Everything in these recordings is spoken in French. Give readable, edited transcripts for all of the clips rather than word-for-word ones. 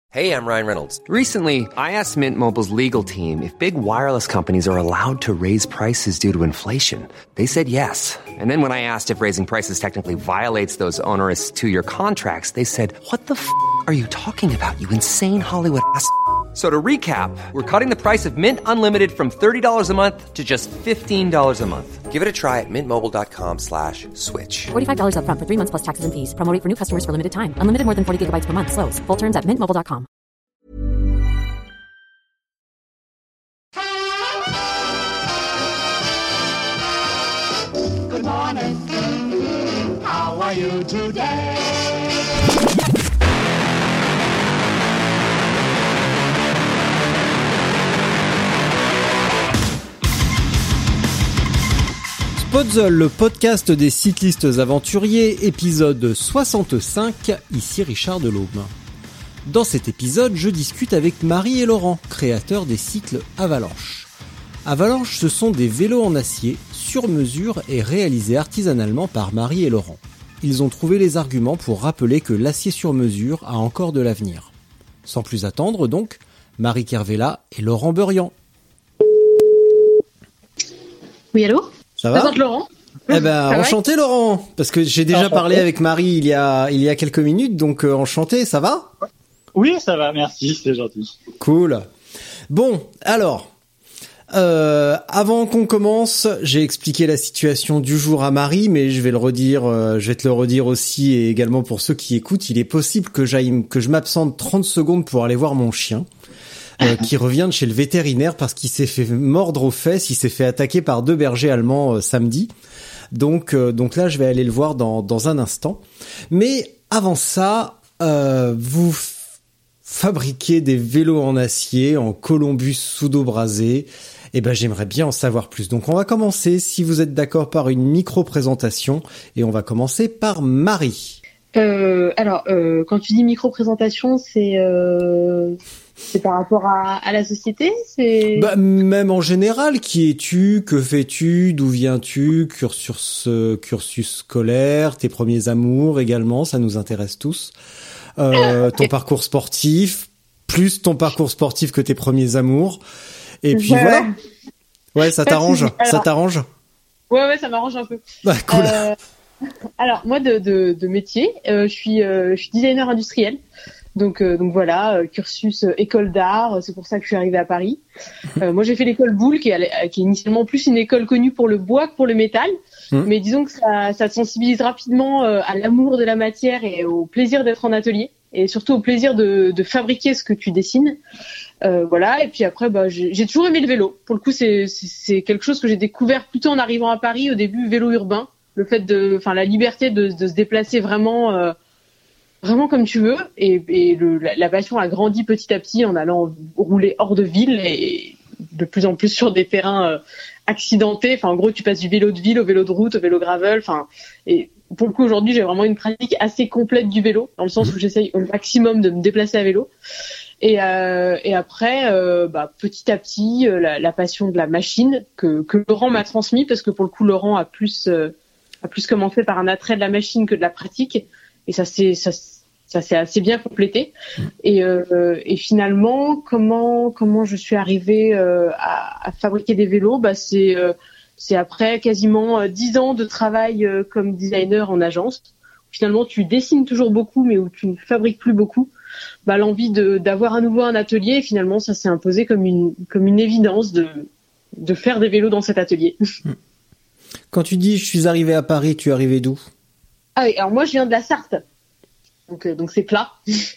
Hey, I'm Ryan Reynolds. Recently, I asked Mint Mobile's legal team if big wireless companies are allowed to raise prices due to inflation. They said yes. And then when I asked if raising prices technically violates those onerous two-year contracts, they said, "What the f*** are you talking about, you insane Hollywood ass?" So to recap, we're cutting the price of Mint Unlimited from $30 a month to just $15 a month. Give it a try at mintmobile.com/switch. $45 up front for 3 months plus taxes and fees. Promo rate for new customers for limited time. Unlimited more than 40 gigabytes per month. Slows full terms at mintmobile.com. Good morning. How are you today? Podzol, le podcast des cyclistes aventuriers, épisode 65, ici Richard Delhomme. Dans cet épisode, je discute avec Marie et Laurent, créateurs des cycles Avalanche. Avalanche, ce sont des vélos en acier, sur mesure et réalisés artisanalement par Marie et Laurent. Ils ont trouvé les arguments pour rappeler que l'acier sur mesure a encore de l'avenir. Sans plus attendre donc, Marie Kervella et Laurent Beurian. Oui, allô ? Ça va ? Présente Laurent. Eh ben, enchanté Laurent, parce que j'ai déjà parlé avec Marie il y a quelques minutes, donc enchanté, ça va ? Oui, ça va, merci, c'est gentil. Cool. Bon, alors, avant qu'on commence, j'ai expliqué la situation du jour à Marie, mais je vais te le redire aussi, et également pour ceux qui écoutent, il est possible que je m'absente 30 secondes pour aller voir mon chien. Qui revient de chez le vétérinaire parce qu'il s'est fait mordre aux fesses, il s'est fait attaquer par 2 bergers allemands samedi. Donc là, je vais aller le voir dans un instant. Mais avant ça, vous fabriquez des vélos en acier, en Columbus pseudo-brasé. Eh ben, j'aimerais bien en savoir plus. Donc on va commencer, si vous êtes d'accord, par une micro-présentation. Et on va commencer par Marie. Quand tu dis micro-présentation, c'est par rapport à la société, Bah, même en général, qui es-tu, que fais-tu, d'où viens-tu, cursus scolaire, tes premiers amours également, ça nous intéresse tous. Ton parcours sportif, plus ton parcours sportif que tes premiers amours. Et puis voilà. Ouais, ça t'arrange, ça t'arrange. Ouais, ça m'arrange un peu. Bah, cool. Alors moi de métier, je suis designer industriel. Donc voilà, cursus école d'art, c'est pour ça que je suis arrivée à Paris. Moi j'ai fait l'école Boulle qui est initialement plus une école connue pour le bois que pour le métal, mais disons que ça te sensibilise rapidement à l'amour de la matière et au plaisir d'être en atelier et surtout au plaisir de fabriquer ce que tu dessines. Voilà, et puis après j'ai toujours aimé le vélo. Pour le coup c'est quelque chose que j'ai découvert plutôt en arrivant à Paris, au début vélo urbain, le fait la liberté de se déplacer vraiment comme tu veux, et la passion a grandi petit à petit en allant rouler hors de ville et de plus en plus sur des terrains accidentés. Enfin, en gros, tu passes du vélo de ville au vélo de route, au vélo gravel. Enfin, et pour le coup, aujourd'hui, j'ai vraiment une pratique assez complète du vélo, dans le sens où j'essaye au maximum de me déplacer à vélo. Et après, petit à petit, la passion de la machine que Laurent m'a transmis, parce que pour le coup, Laurent a plus commencé par un attrait de la machine que de la pratique. Et ça s'est assez bien complété. Et finalement, comment je suis arrivée à fabriquer des vélos, c'est après quasiment 10 ans de travail comme designer en agence. Finalement, tu dessines toujours beaucoup, mais où tu ne fabriques plus beaucoup. L'envie d'avoir à nouveau un atelier, et finalement, ça s'est imposé comme une évidence de faire des vélos dans cet atelier. Quand tu dis je suis arrivé à Paris, tu es arrivé d'où ? Ah oui, alors moi je viens de la Sarthe, donc c'est plat.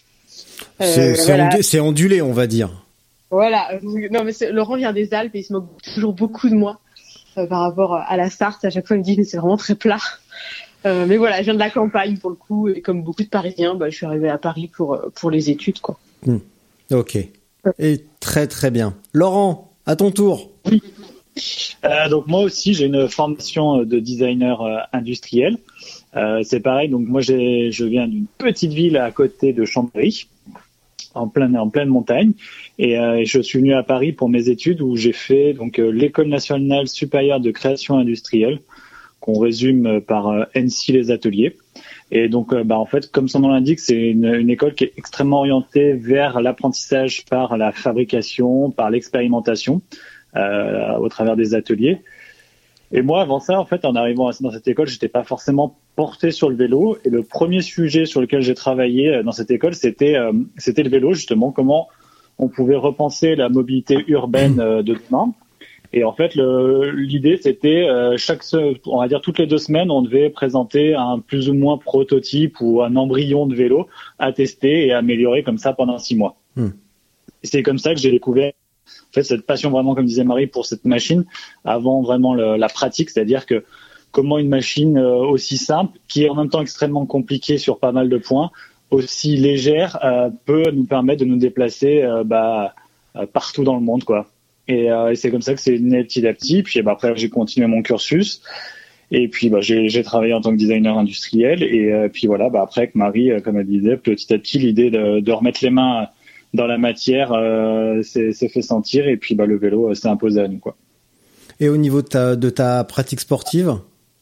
C'est ondulé, on va dire. Voilà. Non, mais Laurent vient des Alpes et il se moque toujours beaucoup de moi par rapport à la Sarthe. À chaque fois, il me dit mais c'est vraiment très plat. Mais voilà, je viens de la campagne pour le coup, et comme beaucoup de Parisiens, je suis arrivée à Paris pour les études, quoi. Ok. Et très très bien. Laurent, à ton tour. Oui. Donc moi aussi, j'ai une formation de designer industriel. C'est pareil. Donc moi, je viens d'une petite ville à côté de Chambéry, en pleine montagne, et je suis venu à Paris pour mes études où j'ai fait donc l'École nationale supérieure de création industrielle, qu'on résume par ENSI les ateliers. Et donc, en fait, comme son nom l'indique, c'est une école qui est extrêmement orientée vers l'apprentissage par la fabrication, par l'expérimentation, au travers des ateliers. Et moi, avant ça, en fait, en arrivant dans cette école, j'étais pas forcément porté sur le vélo. Et le premier sujet sur lequel j'ai travaillé dans cette école, c'était le vélo, justement, comment on pouvait repenser la mobilité urbaine de demain. Et en fait, l'idée, c'était on va dire toutes les 2 semaines, on devait présenter un plus ou moins prototype ou un embryon de vélo à tester et à améliorer comme ça pendant 6 mois. Et c'est comme ça que j'ai découvert en fait cette passion vraiment, comme disait Marie, pour cette machine avant vraiment la pratique, c'est-à-dire que comment une machine aussi simple, qui est en même temps extrêmement compliquée sur pas mal de points, aussi légère, peut nous permettre de nous déplacer partout dans le monde, quoi. Et c'est comme ça que c'est né petit à petit. Puis après, j'ai continué mon cursus. Et puis j'ai travaillé en tant que designer industriel. Et puis voilà, après avec Marie, comme elle disait, petit à petit, l'idée de remettre les mains dans la matière s'est fait sentir. Et puis le vélo s'est imposé à nous, quoi. Et au niveau de ta pratique sportive?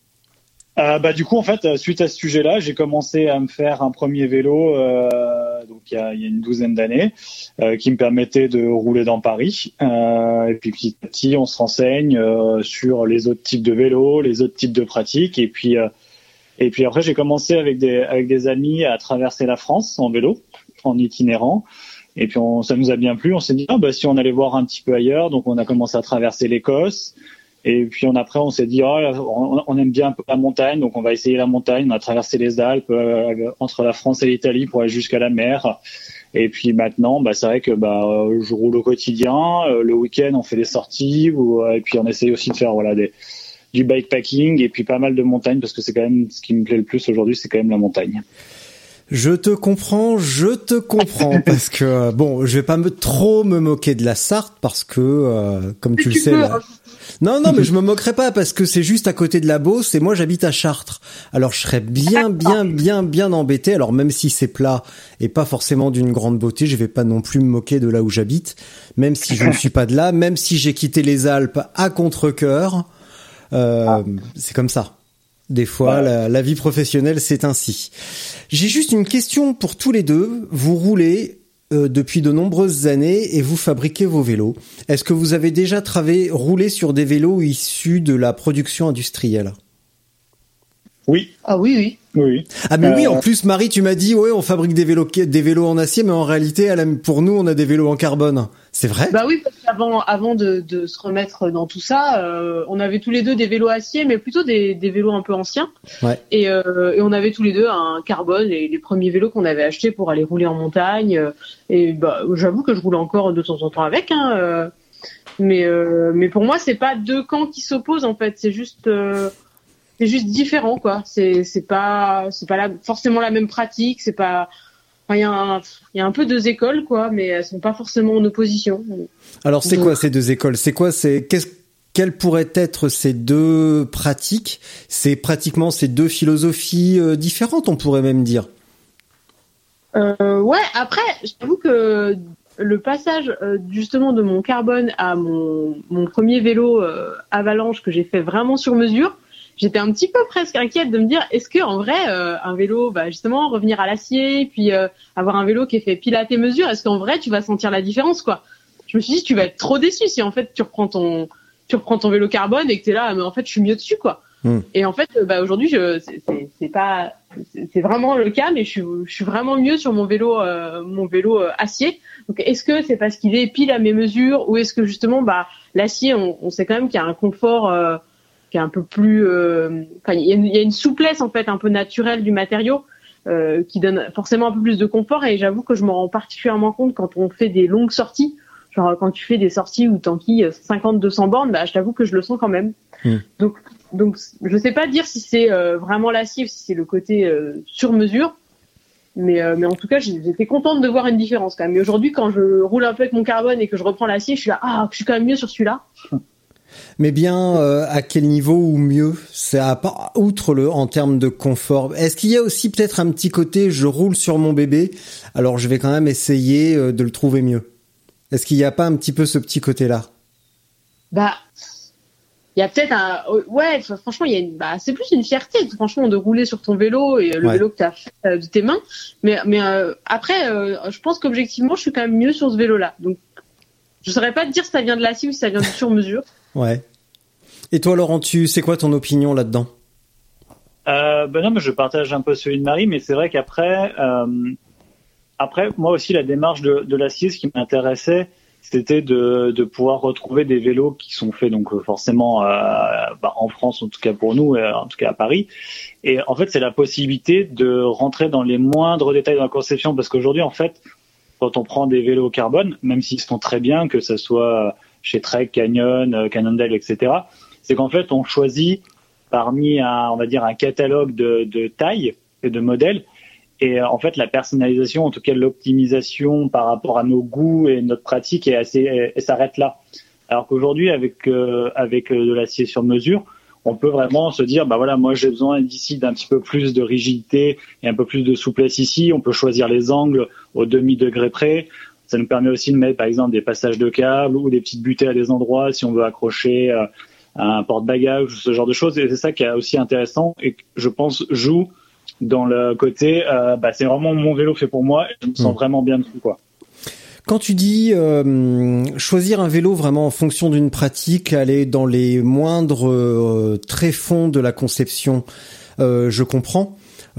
Du coup, en fait, suite à ce sujet-là, j'ai commencé à me faire un premier vélo, donc il y a une 12aine d'années, qui me permettait de rouler dans Paris. Et puis petit à petit, on se renseigne sur les autres types de vélos, les autres types de pratiques. Et puis après, j'ai commencé avec des amis à traverser la France en vélo, en itinérant. Et puis ça nous a bien plu. On s'est dit si on allait voir un petit peu ailleurs. Donc on a commencé à traverser l'Écosse. Et puis après, on s'est dit, on aime bien un peu la montagne, donc on va essayer la montagne. On a traversé les Alpes entre la France et l'Italie pour aller jusqu'à la mer. Et puis maintenant, c'est vrai que je roule au quotidien. Le week-end, on fait des sorties, et puis on essaye aussi de faire du bikepacking et puis pas mal de montagne, parce que c'est quand même ce qui me plaît le plus aujourd'hui, c'est quand même la montagne. Je te comprends, parce que je vais pas trop me moquer de la Sarthe, parce que comme tu le sais. Non, mais je me moquerai pas, parce que c'est juste à côté de la Beauce et moi j'habite à Chartres. Alors je serais bien embêté. Alors même si c'est plat et pas forcément d'une grande beauté, je vais pas non plus me moquer de là où j'habite, même si je ne suis pas de là, même si j'ai quitté les Alpes à contre-cœur. C'est comme ça. Des fois, la vie professionnelle, c'est ainsi. J'ai juste une question pour tous les deux. Vous roulez depuis de nombreuses années et vous fabriquez vos vélos. Est-ce que vous avez déjà roulé sur des vélos issus de la production industrielle ? Oui. Ah oui. Ah mais oui, en plus Marie, tu m'as dit on fabrique des vélos en acier, mais en réalité pour nous on a des vélos en carbone. C'est vrai ? Bah oui, parce qu'avant de se remettre dans tout ça, on avait tous les deux des vélos acier, mais plutôt des vélos un peu anciens. Ouais. Et on avait tous les deux un carbone, les premiers vélos qu'on avait achetés pour aller rouler en montagne. Et j'avoue que je roule encore de temps en temps avec. Mais pour moi, c'est pas deux camps qui s'opposent en fait. C'est juste différent, quoi. C'est pas forcément la même pratique. C'est pas. Il y a un peu deux écoles, quoi, mais elles sont pas forcément en opposition. Alors, c'est quoi ces deux écoles ? Quelles pourraient être ces deux pratiques ? C'est pratiquement ces deux philosophies différentes, on pourrait même dire. Ouais, après, j'avoue que le passage justement de mon carbone à mon premier vélo Avalanche que j'ai fait vraiment sur mesure, j'étais un petit peu presque inquiète de me dire, est-ce que en vrai un vélo, justement revenir à l'acier, puis avoir un vélo qui est fait pile à tes mesures, est-ce qu'en vrai tu vas sentir la différence, quoi ? Je me suis dit, tu vas être trop déçu si en fait tu reprends ton vélo carbone et que t'es là, mais en fait je suis mieux dessus, quoi. Et en fait aujourd'hui c'est vraiment le cas, mais je suis vraiment mieux sur mon vélo acier. Donc est-ce que c'est parce qu'il est pile à mes mesures, ou est-ce que justement l'acier on sait quand même qu'il y a un confort qui est un peu plus il y a une souplesse en fait un peu naturelle du matériau qui donne forcément un peu plus de confort, et j'avoue que je m'en rends particulièrement compte quand on fait des longues sorties, genre quand tu fais des sorties où t'enquilles 50-200 bornes, je t'avoue que je le sens quand même. Donc je sais pas dire si c'est vraiment l'acier ou si c'est le côté sur mesure, mais en tout cas j'étais contente de voir une différence quand même. Mais aujourd'hui, quand je roule un peu avec mon carbone et que je reprends l'acier, je suis là, je suis quand même mieux sur celui-là. Mais bien, à quel niveau ou mieux ? C'est outre en termes de confort. Est-ce qu'il y a aussi peut-être un petit côté, je roule sur mon bébé, alors je vais quand même essayer de le trouver mieux ? Est-ce qu'il n'y a pas un petit peu ce petit côté-là ? il y a peut-être franchement, c'est plus une fierté, franchement, de rouler sur ton vélo et le vélo que tu as fait de tes mains. Mais après, je pense qu'objectivement, je suis quand même mieux sur ce vélo-là. Donc, je saurais pas te dire si ça vient de l'acier ou si ça vient du sur-mesure. Ouais. Et toi, Laurent, c'est quoi ton opinion là-dedans? Non, mais je partage un peu celui de Marie, mais c'est vrai qu'après, moi aussi, la démarche de l'acier, ce qui m'intéressait, c'était de pouvoir retrouver des vélos qui sont faits donc forcément en France, en tout cas pour nous, en tout cas à Paris. Et en fait, c'est la possibilité de rentrer dans les moindres détails de la conception, parce qu'aujourd'hui, en fait, quand on prend des vélos carbone, même s'ils sont très bien, que ça soit chez Trek, Canyon, Cannondale, etc., c'est qu'en fait, on choisit parmi un catalogue de tailles et de modèles. Et en fait, la personnalisation, en tout cas l'optimisation par rapport à nos goûts et notre pratique s'arrête là. Alors qu'aujourd'hui, avec de l'acier sur mesure, on peut vraiment se dire, moi j'ai besoin d'ici d'un petit peu plus de rigidité et un peu plus de souplesse ici. On peut choisir les angles au demi-degré près. Ça nous permet aussi de mettre, par exemple, des passages de câbles ou des petites butées à des endroits si on veut accrocher un porte-bagages, ce genre de choses. Et c'est ça qui est aussi intéressant et que je pense joue dans le côté, c'est vraiment mon vélo fait pour moi et je me sens vraiment bien dessus, quoi. Quand tu dis choisir un vélo vraiment en fonction d'une pratique, aller dans les moindres tréfonds de la conception, je comprends.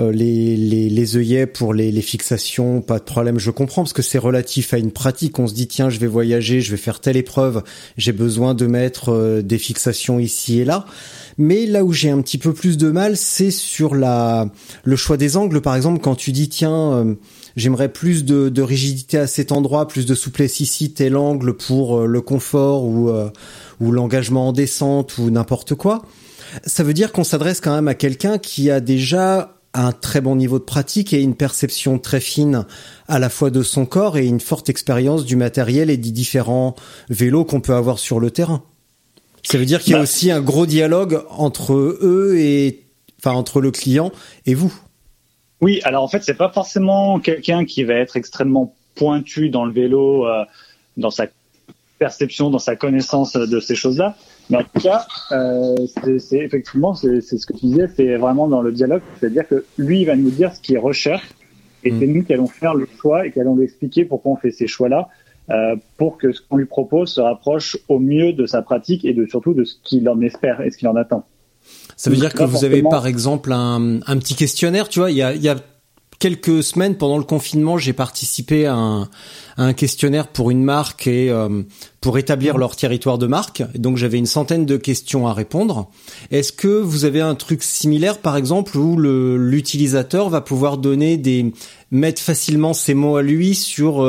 Les œillets pour les fixations, pas de problème, je comprends, parce que c'est relatif à une pratique. On se dit, tiens, je vais voyager, je vais faire telle épreuve, j'ai besoin de mettre des fixations ici et là. Mais là où j'ai un petit peu plus de mal, c'est sur le choix des angles. Par exemple, quand tu dis, tiens, j'aimerais plus de rigidité à cet endroit, plus de souplesse ici, tel angle pour le confort ou l'engagement en descente ou n'importe quoi. Ça veut dire qu'on s'adresse quand même à quelqu'un qui a déjà un très bon niveau de pratique et une perception très fine à la fois de son corps et une forte expérience du matériel et des différents vélos qu'on peut avoir sur le terrain. Ça veut dire qu'il y a aussi un gros dialogue entre eux entre le client et vous. Oui, alors en fait, c'est pas forcément quelqu'un qui va être extrêmement pointu dans le vélo, dans sa perception, dans sa connaissance de ces choses-là. Mais en tout cas, c'est effectivement, c'est ce que tu disais, c'est vraiment dans le dialogue, c'est-à-dire que lui, il va nous dire ce qu'il recherche, et c'est nous qui allons faire le choix et qui allons lui expliquer pourquoi on fait ces choix-là, pour que ce qu'on lui propose se rapproche au mieux de sa pratique et surtout de ce qu'il en espère et ce qu'il en attend. Ça veut dire que vous avez par exemple un petit questionnaire, tu vois, il y a quelques semaines pendant le confinement, j'ai participé à un questionnaire pour une marque et pour établir leur territoire de marque. Donc j'avais une centaine de questions à répondre. Est-ce que vous avez un truc similaire, par exemple, où l'utilisateur va pouvoir mettre facilement ses mots à lui sur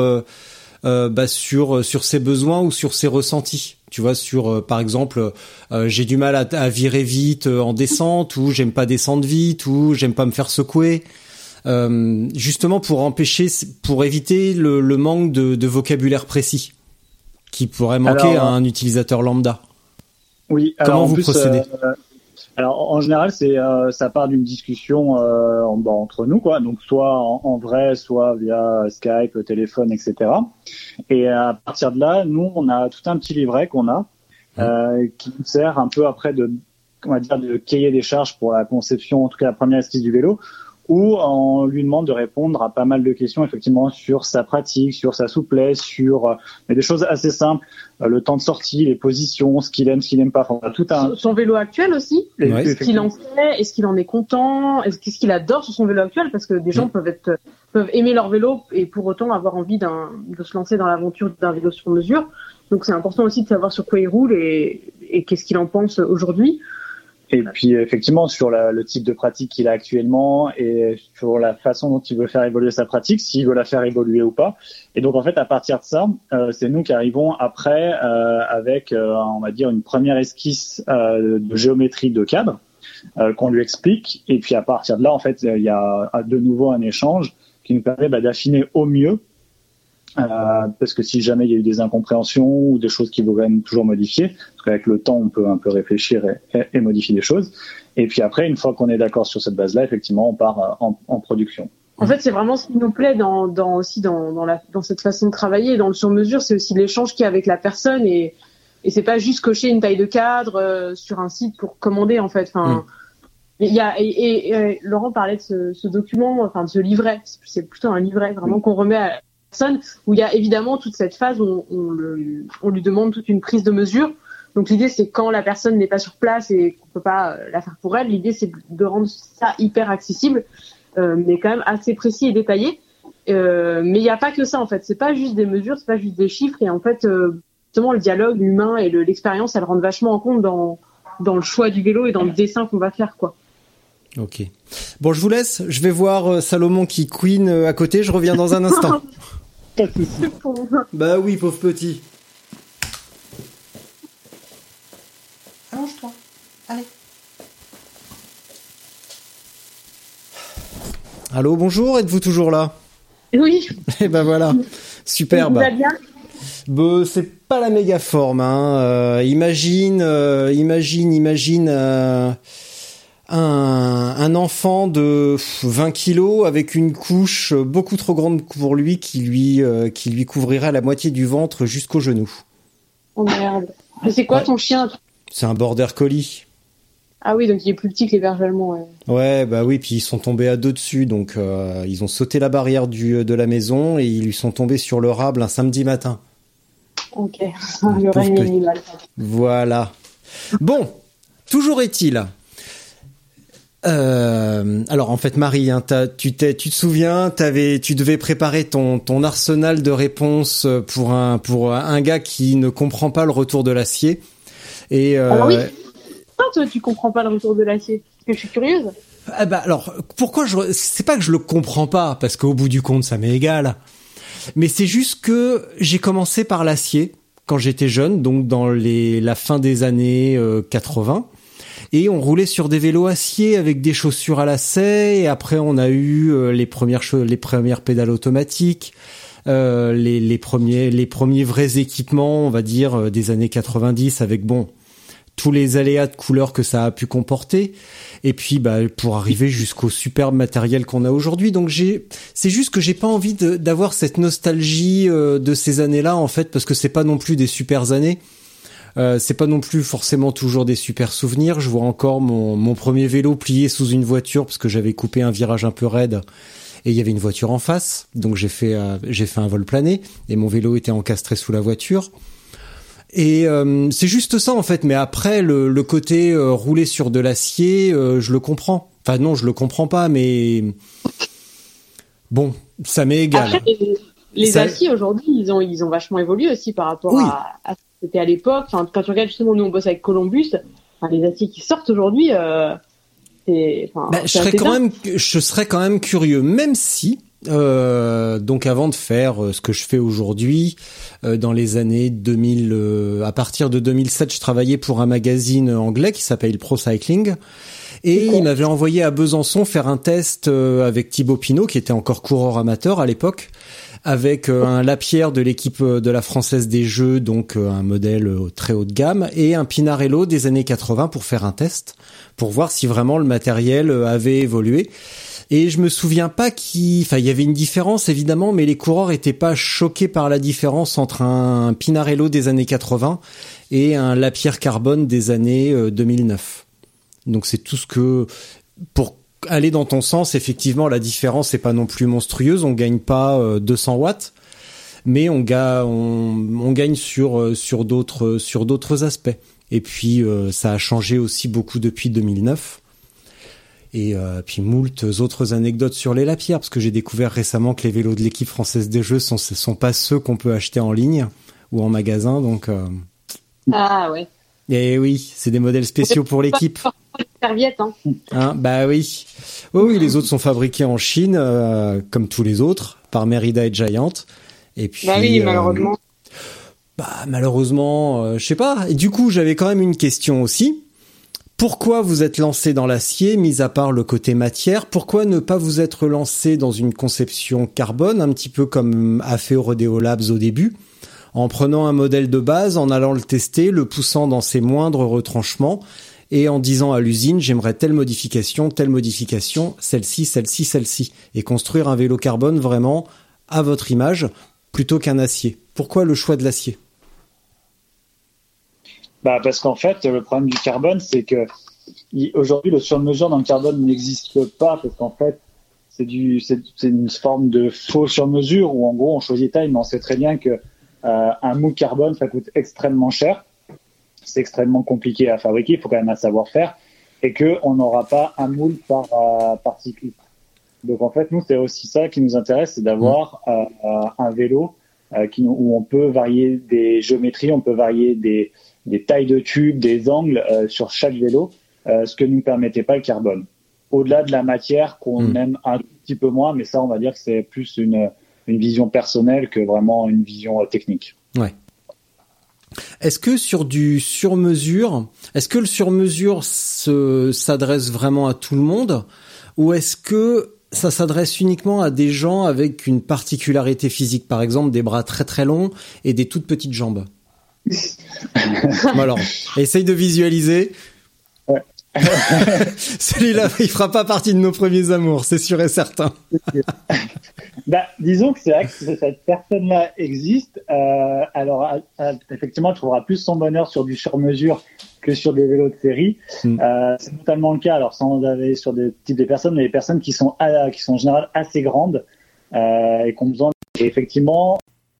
ses besoins ou sur ses ressentis? Tu vois, par exemple, j'ai du mal à virer vite en descente, ou j'aime pas descendre vite, ou j'aime pas me faire secouer. Justement pour éviter le manque de vocabulaire précis qui pourrait manquer à un utilisateur lambda. Oui. Comment vous procédez? Alors en général, ça part d'une discussion entre nous, quoi. Donc soit en vrai, soit via Skype, téléphone, etc. Et à partir de là, nous, on a tout un petit livret qu'on a qui nous sert un peu après de cahier des charges pour la conception, en tout cas la première esquisse du vélo, où on lui demande de répondre à pas mal de questions, effectivement, sur sa pratique, sur sa souplesse, mais des choses assez simples, le temps de sortie, les positions, ce qu'il aime, ce qu'il n'aime pas. Enfin, Son vélo actuel aussi, ce qu'il en fait, est-ce qu'il en est content, qu'est-ce qu'il adore sur son vélo actuel, parce que des gens peuvent aimer leur vélo et pour autant avoir envie de se lancer dans l'aventure d'un vélo sur mesure. Donc c'est important aussi de savoir sur quoi il roule et qu'est-ce qu'il en pense aujourd'hui. Et puis effectivement sur le type de pratique qu'il a actuellement et sur la façon dont il veut faire évoluer sa pratique, s'il veut la faire évoluer ou pas. Et donc en fait à partir de ça, c'est nous qui arrivons après avec on va dire une première esquisse de géométrie de cadre qu'on lui explique. Et puis à partir de là en fait il y a de nouveau un échange qui nous permet d'affiner au mieux. Parce que si jamais il y a eu des incompréhensions ou des choses qu'il faut quand même toujours modifier, parce qu'avec le temps on peut un peu réfléchir et modifier des choses. Et puis après, une fois qu'on est d'accord sur cette base-là, effectivement, on part en production. En fait, c'est vraiment ce qui nous plaît dans cette façon de travailler, dans le sur-mesure, c'est aussi l'échange qu'il y a avec la personne et et c'est pas juste cocher une taille de cadre sur un site pour commander en fait. Enfin, il y a et Laurent parlait de ce document, enfin de ce livret. C'est plutôt un livret vraiment qu'on remet à la personne où il y a évidemment toute cette phase où on lui demande toute une prise de mesure. Donc l'idée c'est quand la personne n'est pas sur place et qu'on peut pas la faire pour elle, l'idée c'est de rendre ça hyper accessible, mais quand même assez précis et détaillé. Mais il n'y a pas que ça en fait. C'est pas juste des mesures, c'est pas juste des chiffres. Et en fait, justement le dialogue, l'humain et l'expérience, elles rentrent vachement en compte dans le choix du vélo et dans le dessin qu'on va faire quoi. Ok. Bon, je vous laisse. Je vais voir Salomon qui queen à côté. Je reviens dans un instant. Bah oui, pauvre petit. Allonge-toi. Allez. Allô, bonjour. Êtes-vous toujours là? Oui. Et ben voilà. Superbe. Vous allez bien? Bah, c'est pas la méga forme, hein. Imagine un enfant de 20 kilos avec une couche beaucoup trop grande pour lui qui lui couvrirait la moitié du ventre jusqu'aux genoux. Oh merde. Mais c'est quoi ton chien? C'est un border collie. Ah oui, donc il est plus petit que les berges allemands. Ouais. Ouais, bah oui, puis ils sont tombés à deux dessus, donc ils ont sauté la barrière de la maison et ils lui sont tombés sur le râble un samedi matin. Ok, le règne animal. Voilà. Bon, toujours est-il. Alors en fait, Marie, hein, tu te souviens, tu devais préparer ton arsenal de réponses pour un gars qui ne comprend pas le retour de l'acier. Et alors oui. Toi, tu comprends pas le retour de l'acier? Parce que je suis curieuse. Ah bah alors, pourquoi c'est pas que je le comprends pas, parce qu'au bout du compte, ça m'est égal. Mais c'est juste que j'ai commencé par l'acier quand j'étais jeune, donc dans la fin des années 80. Et on roulait sur des vélos acier avec des chaussures à lacets. Et après, on a eu les premières pédales automatiques, les premiers vrais équipements, on va dire, des années 90 avec tous les aléas de couleurs que ça a pu comporter, et puis pour arriver jusqu'au superbe matériel qu'on a aujourd'hui. Donc c'est juste que j'ai pas envie d'avoir cette nostalgie de ces années-là en fait, parce que c'est pas non plus des super années, c'est pas non plus forcément toujours des super souvenirs. Je vois encore mon premier vélo plié sous une voiture parce que j'avais coupé un virage un peu raide et il y avait une voiture en face, donc j'ai fait un vol plané et mon vélo était encastré sous la voiture. Et c'est juste ça en fait, mais après le côté rouler sur de l'acier, je le comprends. Enfin non, je le comprends pas, mais bon, ça m'est égal. Après, les aciers aujourd'hui, ils ont vachement évolué aussi par rapport à ce que c'était à l'époque. Enfin, quand tu regardes justement, nous on bosse avec Columbus, les aciers qui sortent aujourd'hui, je serais quand même curieux, même si. Donc avant de faire ce que je fais aujourd'hui, dans les années 2000, à partir de 2007, je travaillais pour un magazine anglais qui s'appelle Pro Cycling, et il m'avait envoyé à Besançon faire un test avec Thibaut Pinot, qui était encore coureur amateur à l'époque, avec un Lapierre de l'équipe de la Française des Jeux, donc un modèle très haut de gamme, et un Pinarello des années 80 pour faire un test, pour voir si vraiment le matériel avait évolué. Et je me souviens pas il y avait une différence évidemment, mais les coureurs étaient pas choqués par la différence entre un Pinarello des années 80 et un Lapierre Carbone des années 2009. Donc c'est tout ce que, pour aller dans ton sens, effectivement la différence est pas non plus monstrueuse, on gagne pas 200 watts, mais on gagne sur d'autres aspects. Et puis ça a changé aussi beaucoup depuis 2009. Et puis moult autres anecdotes sur les Lapierre, parce que j'ai découvert récemment que les vélos de l'équipe française des Jeux sont pas ceux qu'on peut acheter en ligne ou en magasin, donc. Ah ouais. Et oui, c'est des modèles spéciaux pour l'équipe. Serviette, hein. Bah oui. Oui, les autres sont fabriqués en Chine, comme tous les autres, par Merida et Giant. Et puis. Bah oui, malheureusement. Malheureusement, je sais pas. Et du coup, j'avais quand même une question aussi. Pourquoi vous êtes lancé dans l'acier, mis à part le côté matière? Pourquoi ne pas vous être lancé dans une conception carbone, un petit peu comme a fait Rodeo Labs au début, en prenant un modèle de base, en allant le tester, le poussant dans ses moindres retranchements, et en disant à l'usine, j'aimerais telle modification, celle-ci, et construire un vélo carbone vraiment à votre image, plutôt qu'un acier. Pourquoi le choix de l'acier? Parce qu'en fait, le problème du carbone, c'est que aujourd'hui, le sur-mesure dans le carbone n'existe pas, parce qu'en fait, c'est une forme de faux sur-mesure où en gros, on choisit taille, mais on sait très bien que un moule carbone, ça coûte extrêmement cher. C'est extrêmement compliqué à fabriquer. Il faut quand même un savoir-faire, et que on n'aura pas un moule par cycliste. Donc en fait, nous, c'est aussi ça qui nous intéresse, c'est d'avoir un vélo où on peut varier des géométries, on peut varier des tailles de tubes, des angles sur chaque vélo, ce que ne nous permettait pas le carbone. Au-delà de la matière qu'on aime un petit peu moins, mais ça, on va dire que c'est plus une vision personnelle que vraiment une vision technique. Ouais. Est-ce que sur du sur-mesure, est-ce que le sur-mesure s'adresse vraiment à tout le monde, ou est-ce que ça s'adresse uniquement à des gens avec une particularité physique, par exemple des bras très très longs et des toutes petites jambes? Alors, essaye de visualiser. Ouais. Celui-là, il fera pas partie de nos premiers amours, c'est sûr et certain. Disons que c'est vrai que cette personne-là existe. Alors, effectivement, elle trouvera plus son bonheur sur du sur-mesure que sur des vélos de série. C'est totalement le cas. Alors, sans aller sur des types de personnes, mais les personnes qui sont en général assez grandes et qui ont besoin. Et effectivement,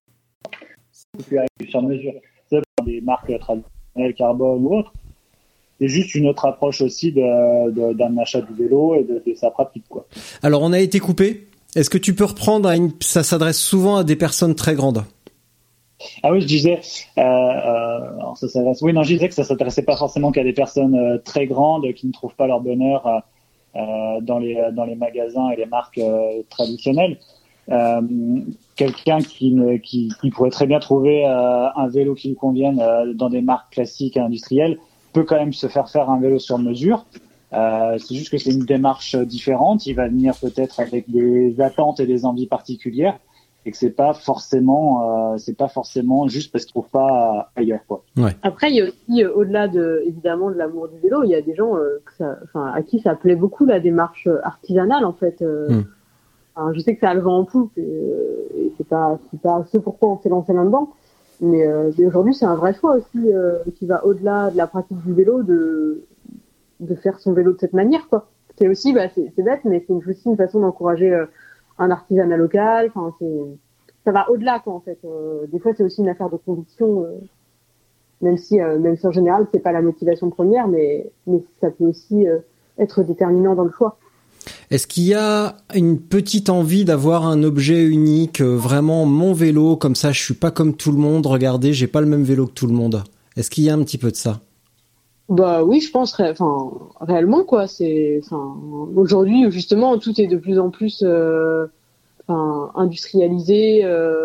du sur-mesure. C'est pour des marques traditionnelles, carbone ou autres. C'est juste une autre approche aussi d'un achat du vélo et de sa pratique, quoi. Alors, on a été coupé. Est-ce que tu peux reprendre ça s'adresse souvent à des personnes très grandes? Ah oui, je disais, alors ça s'adresse. Oui, non, je disais que ça s'adressait pas forcément qu'à des personnes très grandes qui ne trouvent pas leur bonheur dans les magasins et les marques traditionnelles. Quelqu'un qui pourrait très bien trouver un vélo qui lui convienne dans des marques classiques et industrielles peut quand même se faire un vélo sur mesure. C'est juste que c'est une démarche différente. Il va venir peut-être avec des attentes et des envies particulières, et que c'est pas forcément juste parce qu'il trouve pas ailleurs, quoi. Ouais. Après, il y a aussi au-delà évidemment de l'amour du vélo, il y a des gens à qui ça plaît beaucoup la démarche artisanale, en fait. Alors, je sais que ça a le vent en poupe et c'est pas ce pourquoi on s'est lancé là-dedans. Mais aujourd'hui, c'est un vrai choix aussi qui va au-delà de la pratique du vélo, de faire son vélo de cette manière, quoi. C'est aussi, c'est bête, mais c'est aussi une façon d'encourager un artisanat local. Enfin, ça va au-delà, quoi, en fait. Des fois, c'est aussi une affaire de conviction, même si en général, c'est pas la motivation première, mais ça peut aussi être déterminant dans le choix. Est-ce qu'il y a une petite envie d'avoir un objet unique, vraiment mon vélo, comme ça je suis pas comme tout le monde, regardez, j'ai pas le même vélo que tout le monde. Est-ce qu'il y a un petit peu de ça? Oui, je pense réellement, quoi. Aujourd'hui, justement, tout est de plus en plus industrialisé,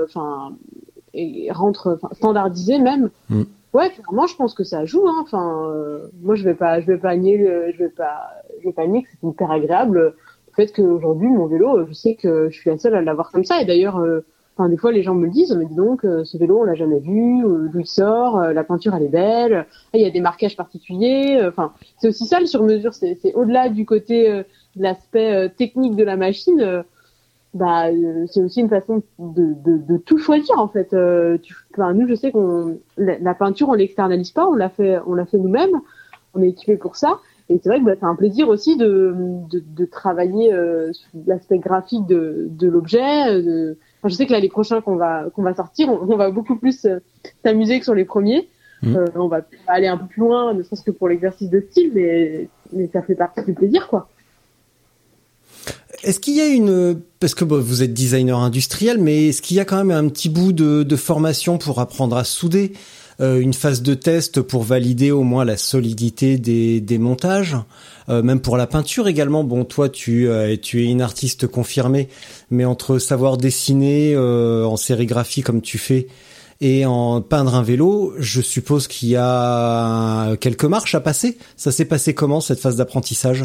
et standardisé même. Ouais, clairement, je pense que ça joue, hein. Moi, je vais pas nier que c'est hyper agréable le fait qu'aujourd'hui, mon vélo, je sais que je suis la seule à l'avoir comme ça. Et d'ailleurs, des fois, les gens me le disent, mais dis donc, ce vélo, on l'a jamais vu, d'où il sort, la peinture, elle est belle, il y a des marquages particuliers. C'est aussi ça, le sur-mesure. C'est au-delà du côté, de l'aspect technique de la machine. C'est aussi une façon de tout choisir, en fait. Nous, je sais la peinture, on l'externalise pas, on l'a fait nous-mêmes, on est équipé pour ça, et c'est vrai que c'est un plaisir aussi de travailler l'aspect graphique de l'objet. Je sais que là, les prochains qu'on va sortir, on va beaucoup plus s'amuser que sur les premiers. On va aller un peu plus loin, ne serait-ce que pour l'exercice de style, mais ça fait partie du plaisir, quoi. Est-ce qu'il y a parce que vous êtes designer industriel, mais est-ce qu'il y a quand même un petit bout de formation pour apprendre à souder, une phase de test pour valider au moins la solidité des montages, même pour la peinture également? Bon, toi, tu es une artiste confirmée, mais entre savoir dessiner en sérigraphie comme tu fais et en peindre un vélo, je suppose qu'il y a quelques marches à passer. Ça s'est passé comment, cette phase d'apprentissage?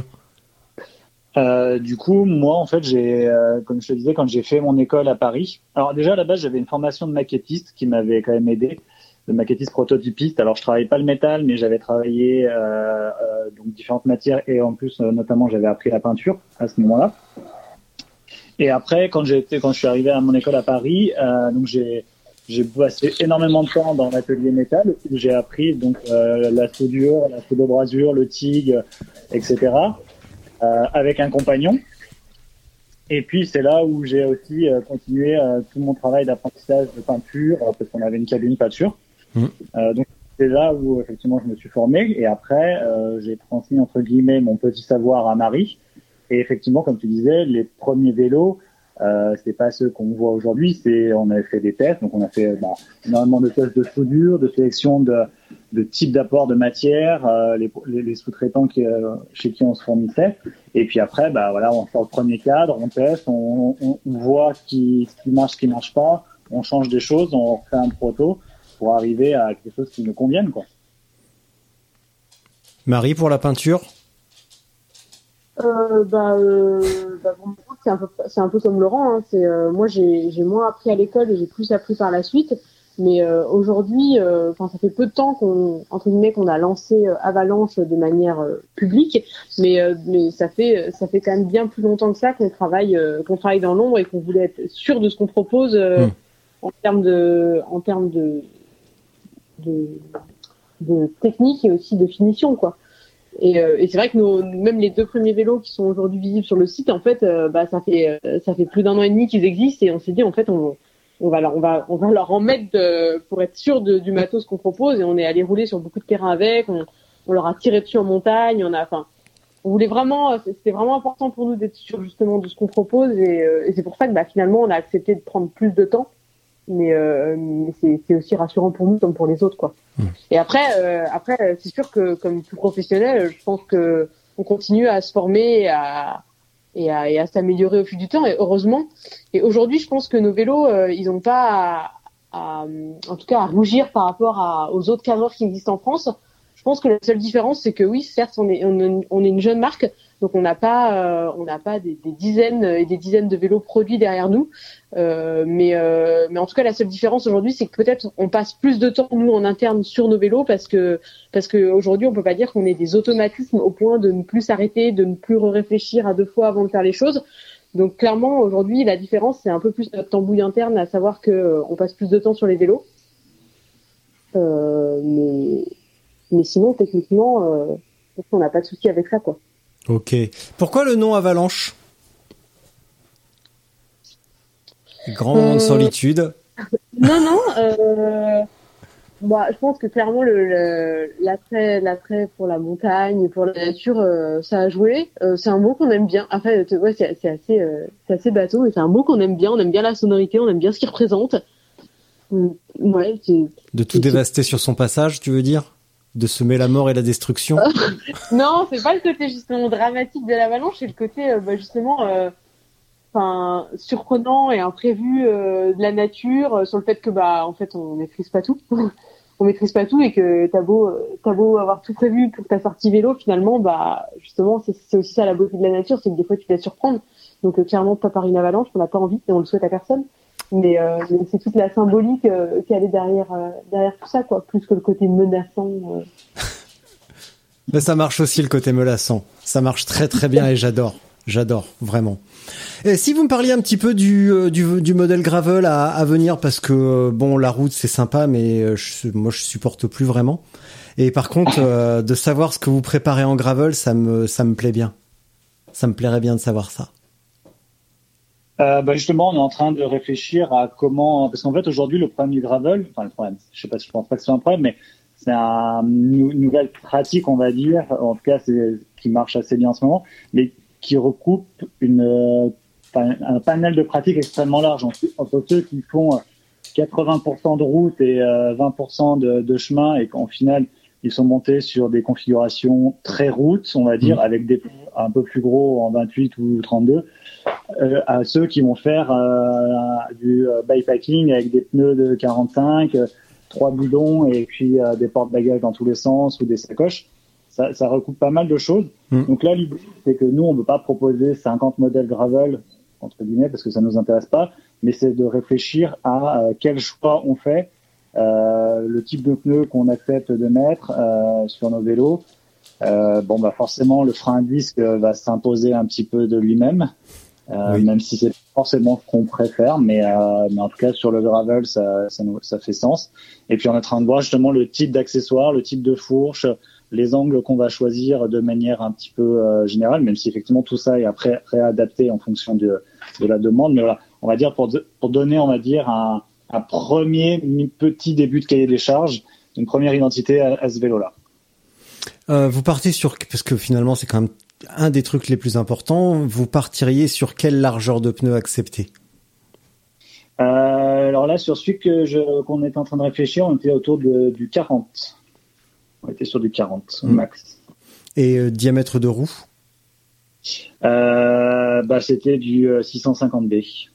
Du coup, moi, en fait, comme je te disais, quand j'ai fait mon école à Paris, alors déjà à la base, j'avais une formation de maquettiste qui m'avait quand même aidé, de maquettiste prototypiste. Alors, je travaillais pas le métal, mais j'avais travaillé donc différentes matières et en plus, notamment, j'avais appris la peinture à ce moment-là. Et après, quand je suis arrivé à mon école à Paris, donc j'ai j'ai passé énormément de temps dans l'atelier métal où j'ai appris donc la soudure, la pseudo-brasure, le TIG, etc. Avec un compagnon. Et puis c'est là où j'ai aussi continué tout mon travail d'apprentissage de peinture parce qu'on avait une cabine peinture. Donc c'est là où effectivement je me suis formé et après j'ai transmis entre guillemets mon petit savoir à Marie. Et effectivement, comme tu disais, les premiers vélos, c'est pas ceux qu'on voit aujourd'hui. On avait fait des tests, donc on a fait énormément de tests de soudure, de sélection de types d'apport de matière, les sous-traitants chez qui on se fournissait. Et puis après, on sort le premier cadre, on teste, on voit ce qui marche, ce qui marche pas, on change des choses, on refait un proto pour arriver à quelque chose qui nous convienne, quoi. Marie, pour la peinture? Pour moi, c'est un peu comme Laurent, hein. Moi j'ai moins appris à l'école et j'ai plus appris par la suite. Mais aujourd'hui, ça fait peu de temps qu'on a lancé Avalanche de manière publique, mais ça fait quand même bien plus longtemps que ça qu'on travaille dans l'ombre et qu'on voulait être sûr de ce qu'on propose en termes de technique et aussi de finition, quoi. Et c'est vrai que même les 2 premiers vélos qui sont aujourd'hui visibles sur le site, en fait, ça fait plus d'1 an et demi qu'ils existent et on s'est dit en fait on va leur en mettre pour être sûr du matos qu'on propose et on est allé rouler sur beaucoup de terrain avec, on leur a tiré dessus en montagne, on voulait vraiment, c'était vraiment important pour nous d'être sûr justement de ce qu'on propose et c'est pour ça que finalement on a accepté de prendre plus de temps. Mais c'est aussi rassurant pour nous comme pour les autres, quoi. Et après c'est sûr que comme tout professionnel, je pense que on continue à se former et à s'améliorer au fil du temps et heureusement. Et aujourd'hui, je pense que nos vélos ils ont pas en tout cas à rougir par rapport aux autres cadreurs qui existent en France. Je pense que la seule différence, c'est que oui, certes, on est une jeune marque, donc on n'a pas des dizaines et des dizaines de vélos produits derrière nous. Mais en tout cas, la seule différence aujourd'hui, c'est que peut-être on passe plus de temps nous en interne sur nos vélos parce que aujourd'hui, on peut pas dire qu'on ait des automatismes au point de ne plus s'arrêter, de ne plus réfléchir à 2 fois avant de faire les choses. Donc clairement, aujourd'hui, la différence, c'est un peu plus notre tambouille interne, à savoir que on passe plus de temps sur les vélos. Mais sinon, techniquement, on n'a pas de souci avec ça, quoi. Ok. Pourquoi le nom Avalanche? Grand moment de solitude. Non. Je pense que clairement l'attrait pour la montagne, pour la nature, ça a joué. C'est un mot qu'on aime bien. Après, c'est assez bateau, mais c'est un mot qu'on aime bien. On aime bien la sonorité, on aime bien ce qu'il représente. Ouais. De tout dévaster sur son passage, tu veux dire? De semer la mort et la destruction? Non, c'est pas le côté justement dramatique de l'avalanche, c'est le côté surprenant et imprévu de la nature, sur le fait que en fait on maîtrise pas tout. On maîtrise pas tout et que t'as beau avoir tout prévu pour ta sortie vélo, finalement justement c'est aussi ça la beauté de la nature, c'est que des fois tu te laisses surprendre. Donc clairement pas par une avalanche, on n'a pas envie et on le souhaite à personne. Mais c'est toute la symbolique qui allait derrière tout ça, quoi, plus que le côté menaçant. Mais ça marche aussi le côté menaçant. Ça marche très très bien et j'adore vraiment. Et si vous me parliez un petit peu du modèle gravel à venir, parce que la route c'est sympa, mais moi je supporte plus vraiment. Et par contre, de savoir ce que vous préparez en gravel, ça me plaît bien. Ça me plairait bien de savoir ça. Justement, on est en train de réfléchir à comment, parce qu'en fait aujourd'hui le problème du gravel, le problème, je pense pas que ce soit un problème, mais c'est une nouvelle pratique, on va dire, en tout cas c'est qui marche assez bien en ce moment, mais qui recoupe un panel de pratiques extrêmement large entre ceux qui font 80% de route et 20% de chemin et qu'en final ils sont montés sur des configurations très route, on va dire, avec des pneus un peu plus gros en 28 ou 32, à ceux qui vont faire du bikepacking avec des pneus de 45, 3 bidons et puis des porte-bagages dans tous les sens ou des sacoches. Ça recoupe pas mal de choses. Donc là, l'idée, c'est que nous, on ne veut pas proposer 50 modèles gravel, entre guillemets, parce que ça nous intéresse pas, mais c'est de réfléchir à quel choix on fait, le type de pneus qu'on accepte de mettre sur nos vélos. Forcément, le frein à disque va s'imposer un petit peu de lui-même. Oui. Même si c'est pas forcément ce qu'on préfère, mais en tout cas sur le gravel ça fait sens. Et puis on est en train de voir justement le type d'accessoires, le type de fourche, les angles qu'on va choisir de manière un petit peu générale, même si effectivement tout ça est après réadapté en fonction de la demande. Mais voilà, on va dire pour donner, on va dire un premier petit début de cahier des charges, une première identité à ce vélo-là. Vous partez sur, parce que finalement c'est quand même un des trucs les plus importants, vous partiriez sur quelle largeur de pneus acceptée? Alors là, sur celui qu'on est en train de réfléchir, on était autour du 40. On était sur du 40 max. Et diamètre de roue? C'était du 650B.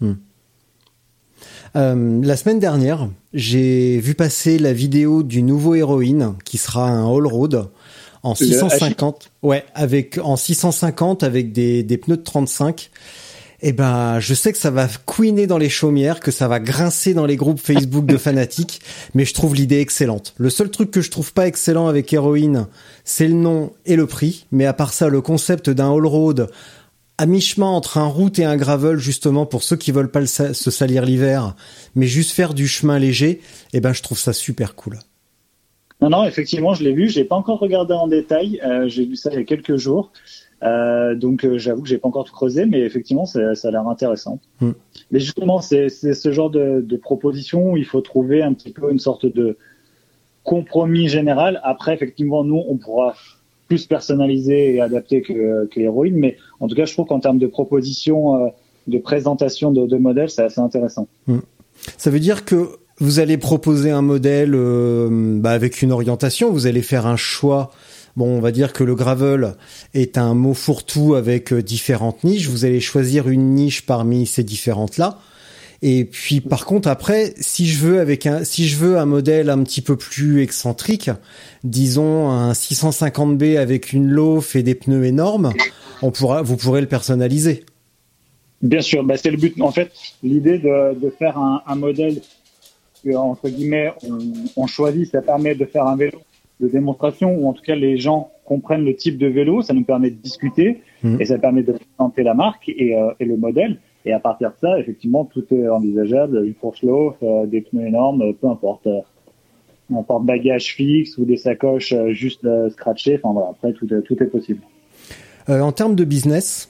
La semaine dernière, j'ai vu passer la vidéo du nouveau Heroine qui sera un all-road en 650. Ouais, en 650 avec des pneus de 35. Et je sais que ça va couiner dans les chaumières, que ça va grincer dans les groupes Facebook de fanatiques, mais je trouve l'idée excellente. Le seul truc que je trouve pas excellent avec Heroine, c'est le nom et le prix, mais à part ça, le concept d'un all-road à mi-chemin entre un route et un gravel, justement pour ceux qui veulent pas se salir l'hiver, mais juste faire du chemin léger, je trouve ça super cool. Non, effectivement, je l'ai vu. J'ai pas encore regardé en détail. J'ai vu ça il y a quelques jours. Donc j'avoue que j'ai pas encore tout creusé, mais effectivement ça a l'air intéressant. Mais justement c'est ce genre de proposition où il faut trouver un petit peu une sorte de compromis général. Après effectivement nous on pourra plus personnaliser et adapter que Heroine, mais en tout cas je trouve qu'en termes de proposition de présentation de modèles c'est assez intéressant. Ça veut dire que vous allez proposer un modèle avec une orientation, vous allez faire un choix. Bon, on va dire que le gravel est un mot fourre-tout avec différentes niches. Vous allez choisir une niche parmi ces différentes-là. Et puis, par contre, après, si je veux un modèle un petit peu plus excentrique, disons un 650B avec une loaf et des pneus énormes, vous pourrez le personnaliser. Bien sûr, c'est le but. En fait, l'idée de faire un modèle que, entre guillemets, on choisit, ça permet de faire un vélo de démonstration, ou en tout cas les gens comprennent le type de vélo, ça nous permet de discuter et ça permet de présenter la marque et le modèle. Et à partir de ça, effectivement, tout est envisageable. Une fourche loaf, des pneus énormes, peu importe. Un porte-bagages fixe ou des sacoches juste scratchées. Enfin voilà, après tout est possible. En termes de business,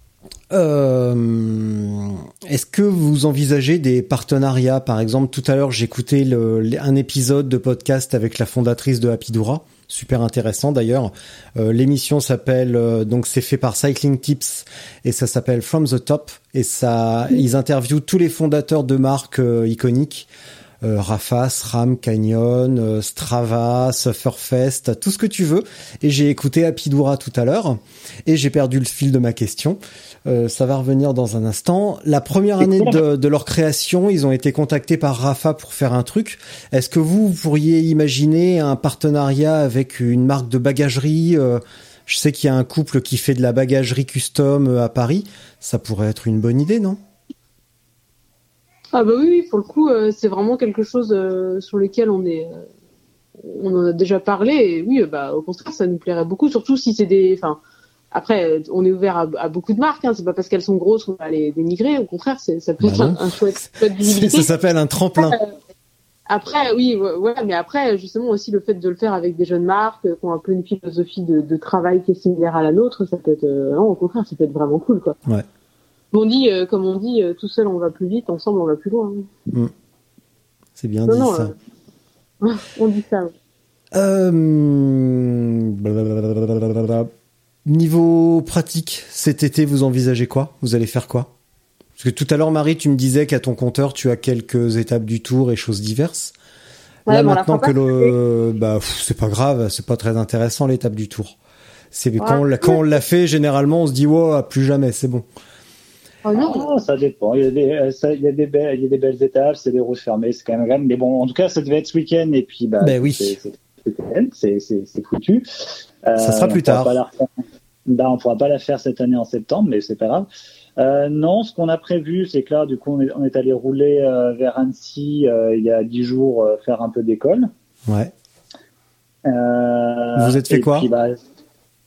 est-ce que vous envisagez des partenariats? Par exemple, tout à l'heure, j'écoutais un épisode de podcast avec la fondatrice de Apidura. Super intéressant d'ailleurs. L'émission s'appelle donc c'est fait par Cycling Tips et ça s'appelle From the Top et ils interviewent tous les fondateurs de marques iconiques. Rafa, SRAM, Canyon, Strava, Sufferfest, tout ce que tu veux. Et j'ai écouté Apidura tout à l'heure et j'ai perdu le fil de ma question. Ça va revenir dans un instant. La première année de leur création, ils ont été contactés par Rafa pour faire un truc. Est-ce que vous pourriez imaginer un partenariat avec une marque de bagagerie? Je sais qu'il y a un couple qui fait de la bagagerie custom à Paris. Ça pourrait être une bonne idée, non? Ah oui, pour le coup, c'est vraiment quelque chose sur lequel on en a déjà parlé. Et oui, au contraire, ça nous plairait beaucoup, surtout si c'est après, on est ouvert à beaucoup de marques. C'est pas parce qu'elles sont grosses qu'on va les dénigrer. Au contraire, ça peut être un chouette visibilité. Ça s'appelle un tremplin. Après, oui, mais après, justement aussi le fait de le faire avec des jeunes marques qui ont un peu une philosophie de travail qui est similaire à la nôtre, ça peut être, non, au contraire, ça peut être vraiment cool, quoi. Ouais. Comme on dit, tout seul on va plus vite, ensemble on va plus loin. C'est bien dit ça. On dit ça. Niveau pratique, cet été, vous envisagez quoi? Vous allez faire quoi? Parce que tout à l'heure, Marie, tu me disais qu'à ton compteur, tu as quelques étapes du Tour et choses diverses. Ouais, là, maintenant que c'est pas grave, c'est pas très intéressant l'étape du Tour. Quand on l'a fait, généralement, on se dit wow, plus jamais, c'est bon. Ça dépend. Il y a des belles étapes, c'est des routes fermées, c'est quand même. Mais bon, en tout cas, ça devait être ce week-end et puis oui. c'est foutu. Ça sera plus tard. On pourra pas la faire cette année en septembre, mais c'est pas grave. Non, ce qu'on a prévu, c'est que là, du coup, on est allé rouler vers Annecy il y a 10 jours, faire un peu d'école. Ouais. Vous êtes fait quoi? Puis,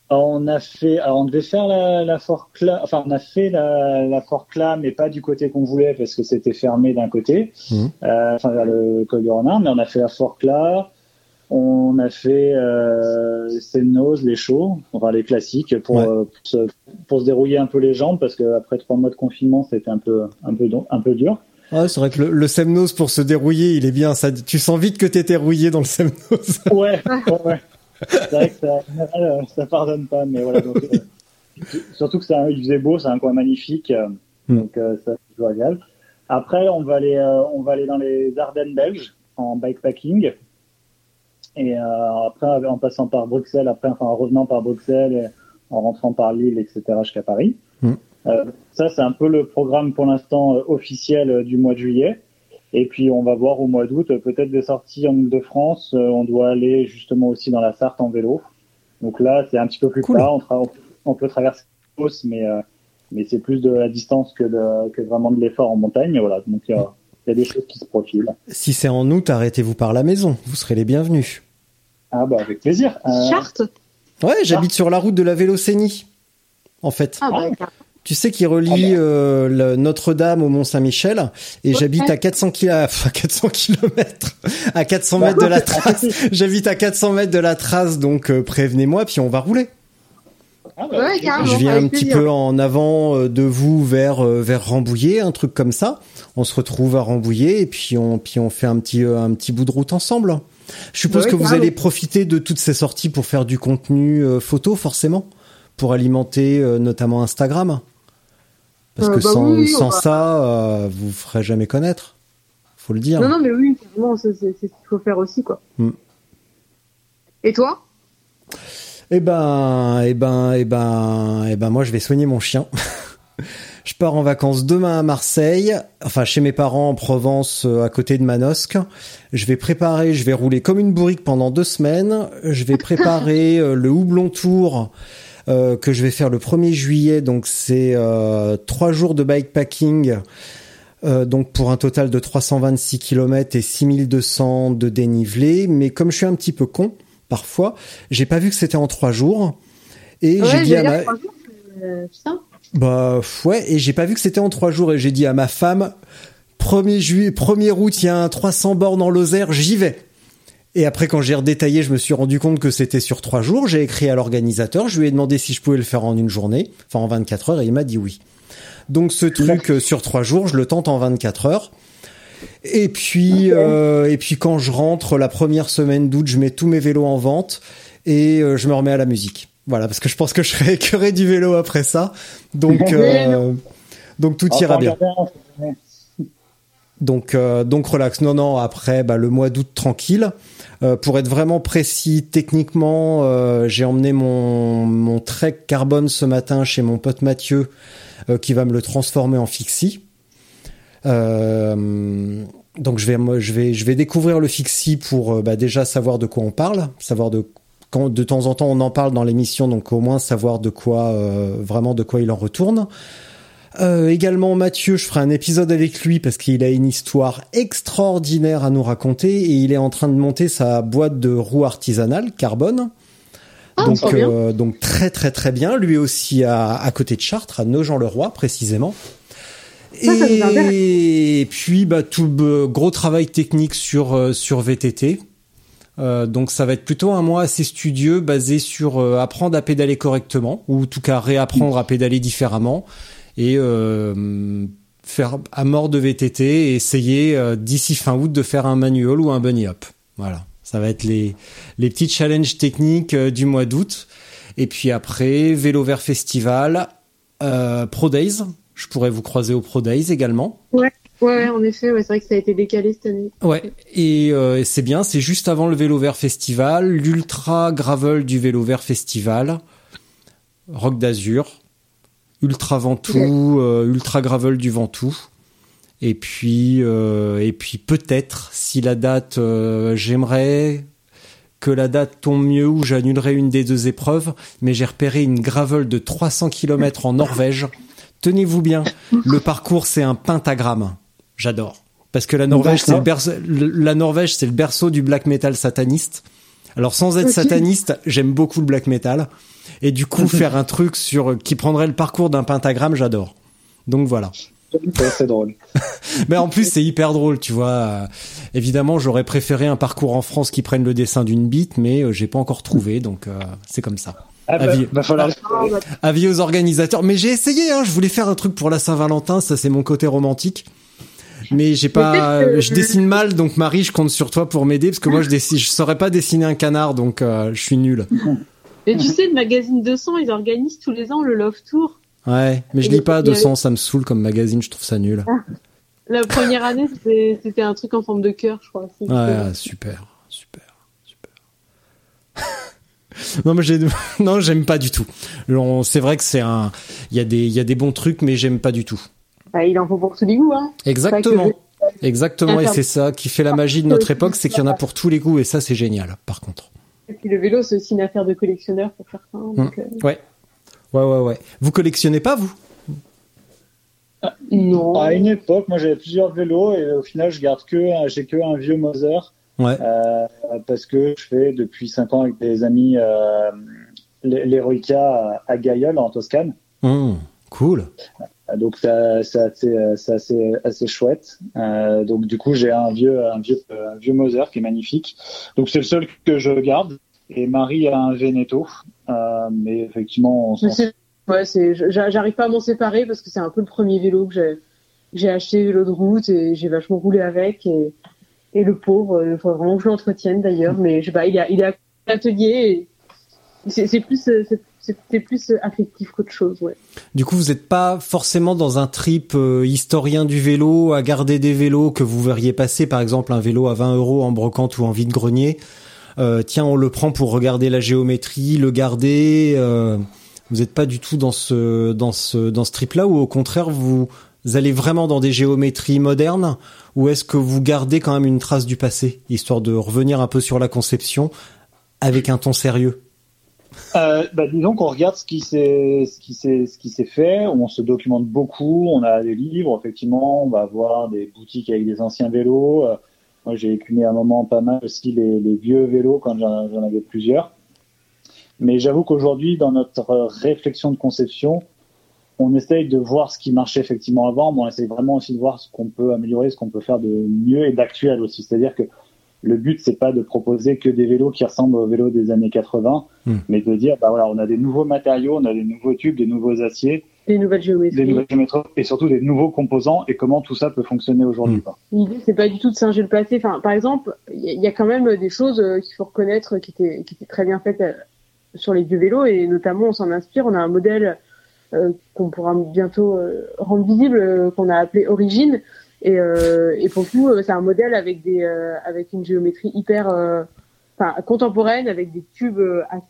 On devait faire la Forclaz, enfin on a fait la Forclaz, mais pas du côté qu'on voulait parce que c'était fermé d'un côté, vers le col du Renard, mais on a fait la Forclaz, on a fait Semnoz, les shows, enfin les classiques pour se dérouiller un peu les jambes parce que après 3 mois de confinement c'était un peu dur. Ouais, c'est vrai que le Semnoz pour se dérouiller, il est bien. Ça, tu sens vite que t'étais rouillé dans le Semnoz. Ouais. C'est vrai que ça pardonne pas, mais voilà. Donc, surtout que il faisait beau, c'est un coin magnifique, donc ça c'est toujours agréable. Après, on va aller dans les Ardennes belges en bikepacking, et après en passant par Bruxelles, en revenant par Bruxelles, et en rentrant par Lille, etc. jusqu'à Paris. Ça c'est un peu le programme pour l'instant officiel du mois de juillet. Et puis on va voir au mois d'août peut-être des sorties en Île-de-France. On doit aller justement aussi dans la Sarthe en vélo. Donc là c'est un petit peu plus plat. On peut traverser la Beauce, mais c'est plus de la distance que vraiment de l'effort en montagne. Voilà. Donc il y a des choses qui se profilent. Si c'est en août, arrêtez-vous par la maison. Vous serez les bienvenus. Ah bah avec plaisir. Chartres. Ouais, j'habite sur la route de la Vélocénie, en fait. Ah bah. Tu sais, qui relie Notre-Dame au Mont-Saint-Michel, et j'habite à 400 kilomètres, à 400 mètres de la trace. J'habite à 400 mètres de la trace, donc prévenez-moi, puis on va rouler. Je viens un petit peu en avant de vous vers Rambouillet, un truc comme ça. On se retrouve à Rambouillet et puis on fait un petit bout de route ensemble. Je suppose que vous allez profiter de toutes ces sorties pour faire du contenu photo, forcément, pour alimenter notamment Instagram. Parce que sans ça, vous ferez jamais connaître. Faut le dire. Non, mais oui, c'est ce qu'il faut faire aussi, quoi. Et toi? Eh ben, moi, je vais soigner mon chien. Je pars en vacances demain à Marseille, enfin, chez mes parents en Provence, à côté de Manosque. Je vais rouler comme une bourrique pendant 2 semaines. Je vais préparer le Houblon Tour, que je vais faire le 1er juillet, donc c'est 3 jours de bikepacking, donc pour un total de 326 km et 6200 de dénivelé. Mais comme je suis un petit peu con, parfois, j'ai pas vu que c'était en 3 jours. Et j'ai dit à ma... 3 jours, putain. Et j'ai pas vu que c'était en 3 jours, et j'ai dit à ma femme, 1er août, il y a un 300 bornes en Lozère, j'y vais. Et après, quand j'ai redétaillé, je me suis rendu compte que c'était sur 3 jours. J'ai écrit à l'organisateur, je lui ai demandé si je pouvais le faire en une journée, enfin en 24 heures, et il m'a dit oui. Donc ce truc sur 3 jours, je le tente en 24 heures. Et puis, quand je rentre la première semaine d'août, je mets tous mes vélos en vente et je me remets à la musique. Voilà, parce que je pense que je serai écœuré du vélo après ça. Donc tout ira bien. Donc relax. Non, après, le mois d'août tranquille. Pour être vraiment précis, techniquement, j'ai emmené mon Trek carbone ce matin chez mon pote Mathieu, qui va me le transformer en fixie. Donc je vais découvrir le fixie pour déjà savoir de quoi on parle, savoir quand de temps en temps on en parle dans l'émission, donc au moins savoir de quoi vraiment de quoi il en retourne. Également Mathieu, je ferai un épisode avec lui parce qu'il a une histoire extraordinaire à nous raconter, et il est en train de monter sa boîte de roues artisanales carbone. Donc très très très bien. Lui aussi à côté de Chartres, à Nogent-le-Roi précisément. Et puis tout gros travail technique sur VTT. Donc ça va être plutôt un mois assez studieux, basé sur apprendre à pédaler correctement, ou en tout cas réapprendre à pédaler différemment, et faire à mort de VTT et essayer d'ici fin août de faire un manual ou un bunny hop. Voilà, ça va être les petits challenges techniques du mois d'août. Et puis après, Vélo Vert Festival, Pro Days. Je pourrais vous croiser au Pro Days également. Ouais, en effet, c'est vrai que ça a été décalé cette année. Ouais, et c'est bien, c'est juste avant le Vélo Vert Festival, l'Ultra Gravel du Vélo Vert Festival, Roc d'Azur, Ultra Ventoux, Ultra Gravel du Ventoux. Et puis peut-être, si la date, j'aimerais que la date tombe mieux, ou j'annulerai une des 2 épreuves, mais j'ai repéré une gravel de 300 km en Norvège. Tenez-vous bien, le parcours c'est un pentagramme. J'adore, parce que la Norvège c'est le berceau du black metal sataniste. Alors sans être sataniste, j'aime beaucoup le black metal. Et du coup, faire un truc qui prendrait le parcours d'un pentagramme, j'adore. Donc voilà. C'est drôle. Mais en plus, c'est hyper drôle, tu vois. Évidemment, j'aurais préféré un parcours en France qui prenne le dessin d'une bite, mais j'ai pas encore trouvé, donc c'est comme ça. Va falloir... Avis aux organisateurs. Mais j'ai essayé, je voulais faire un truc pour la Saint-Valentin, ça c'est mon côté romantique. Mais je dessine mal, donc Marie, je compte sur toi pour m'aider, parce que moi je saurais pas dessiner un canard, donc je suis nul. Et tu sais, le magazine 200, ils organisent tous les ans le Love Tour. Ouais, mais je lis pas 200, ça me saule comme magazine, je trouve ça nul. La première année, c'était un truc en forme de cœur, je crois. Ouais, super. Non, mais j'aime pas du tout. C'est vrai que il y a des bons trucs, mais j'aime pas du tout. Bah, il en faut pour tous les goûts, hein. Exactement. Et c'est ça qui fait la magie de notre époque, c'est qu'il y en a pour tous les goûts, et ça, c'est génial, par contre. Et puis le vélo, c'est aussi une affaire de collectionneur pour certains. Donc, Ouais. Vous collectionnez pas, vous? Non. À une époque, moi j'avais plusieurs vélos et au final j'ai que un vieux Moser. Ouais. Parce que je fais depuis 5 ans avec des amis l'Heroica à Gailleul en Toscane. Cool. Donc c'est assez chouette. Donc du coup j'ai un vieux Moser qui est magnifique. Donc c'est le seul que je garde. Et Marie a un Veneto, mais effectivement, j'arrive pas à m'en séparer parce que c'est un peu le premier vélo que j'ai acheté, vélo de route, et j'ai vachement roulé avec, et le pauvre, il faut vraiment que je l'entretienne d'ailleurs, mais je sais pas, il est à l'atelier, et c'est plus affectif qu'autre chose, ouais. Du coup, vous êtes pas forcément dans un trip historien du vélo, à garder des vélos que vous verriez passer, par exemple un vélo à 20 € en brocante ou en vide-grenier. Tiens, on le prend pour regarder la géométrie, le garder. Vous n'êtes pas du tout dans ce trip-là, ou au contraire, vous allez vraiment dans des géométries modernes, ou est-ce que vous gardez quand même une trace du passé, histoire de revenir un peu sur la conception avec un ton sérieux? Disons qu'on regarde ce qui s'est fait, on se documente beaucoup, on a des livres, effectivement, on va voir des boutiques avec des anciens vélos. Moi, j'ai écumé à un moment pas mal aussi les vieux vélos quand j'en avais plusieurs. Mais j'avoue qu'aujourd'hui, dans notre réflexion de conception, on essaye de voir ce qui marchait effectivement avant, mais on essaye vraiment aussi de voir ce qu'on peut améliorer, ce qu'on peut faire de mieux et d'actuel aussi. C'est-à-dire que le but, c'est pas de proposer que des vélos qui ressemblent aux vélos des années 80, mais de dire, on a des nouveaux matériaux, on a des nouveaux tubes, des nouveaux aciers, des nouvelles géométries, et surtout des nouveaux composants, et comment tout ça peut fonctionner aujourd'hui. L'idée, c'est pas du tout de singer le passé. Enfin, par exemple, il y a quand même des choses qu'il faut reconnaître qui étaient très bien faites sur les vieux vélos, et notamment, on s'en inspire. On a un modèle qu'on pourra bientôt rendre visible, qu'on a appelé Origine, et pour le coup, c'est un modèle avec une géométrie hyper contemporaine, avec des tubes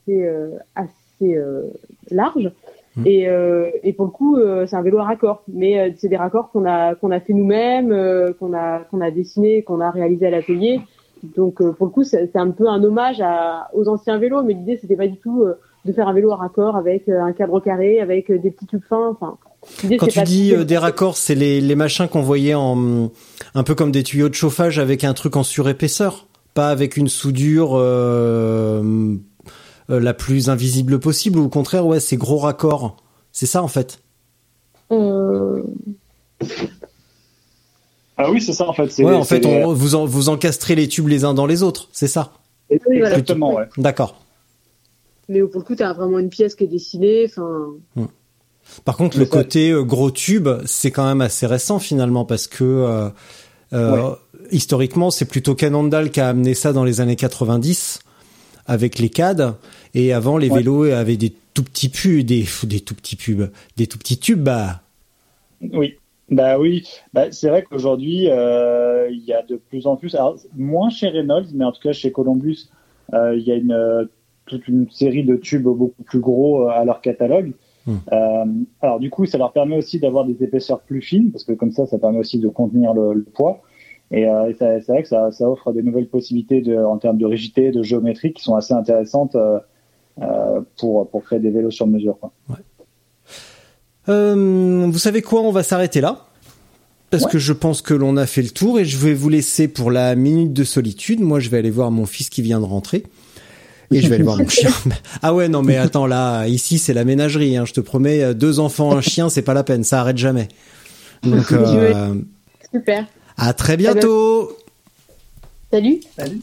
assez larges. Et pour le coup, c'est un vélo à raccord, mais c'est des raccords qu'on a fait nous-mêmes, qu'on a dessiné, qu'on a réalisé à l'atelier. Donc pour le coup, c'est un peu un hommage aux anciens vélos, mais l'idée c'était pas du tout de faire un vélo à raccord avec un cadre carré, avec des petits tubes fins. Enfin, quand tu dis des raccords, c'est les machins qu'on voyait un peu comme des tuyaux de chauffage avec un truc en surépaisseur, pas avec une soudure la plus invisible possible, ou au contraire, ouais, c'est gros raccords. C'est ça, en fait. Ah oui, c'est ça, en fait. Vous encastrez les tubes les uns dans les autres, c'est ça? Oui, exactement, ouais. D'accord. Mais pour le coup, t'as vraiment une pièce qui est dessinée, Par contre, le côté gros tube, c'est quand même assez récent, finalement, parce que, historiquement, c'est plutôt Cannondale qui a amené ça dans les années 90. Avec les CAD, et avant les vélos avaient des tout petits pubs, des tout petits tubes. Oui, c'est vrai qu'aujourd'hui il y a de plus en plus, alors moins chez Reynolds, mais en tout cas chez Columbus, il y a toute une série de tubes beaucoup plus gros à leur catalogue. Alors du coup, ça leur permet aussi d'avoir des épaisseurs plus fines, parce que comme ça permet aussi de contenir le poids. Et c'est vrai que ça offre des nouvelles possibilités en termes de rigidité, de géométrie, qui sont assez intéressantes pour créer des vélos sur mesure, quoi. Ouais. Vous savez quoi, on va s'arrêter là, parce que je pense que l'on a fait le tour, et je vais vous laisser pour la minute de solitude. Moi, je vais aller voir mon fils qui vient de rentrer. Et je vais aller voir mon chien. Ah ouais, non, mais attends, là, ici, c'est la ménagerie, hein. Je te promets, 2 enfants, un chien, c'est pas la peine. Ça arrête jamais. Donc, Super. à très bientôt. Salut. Salut.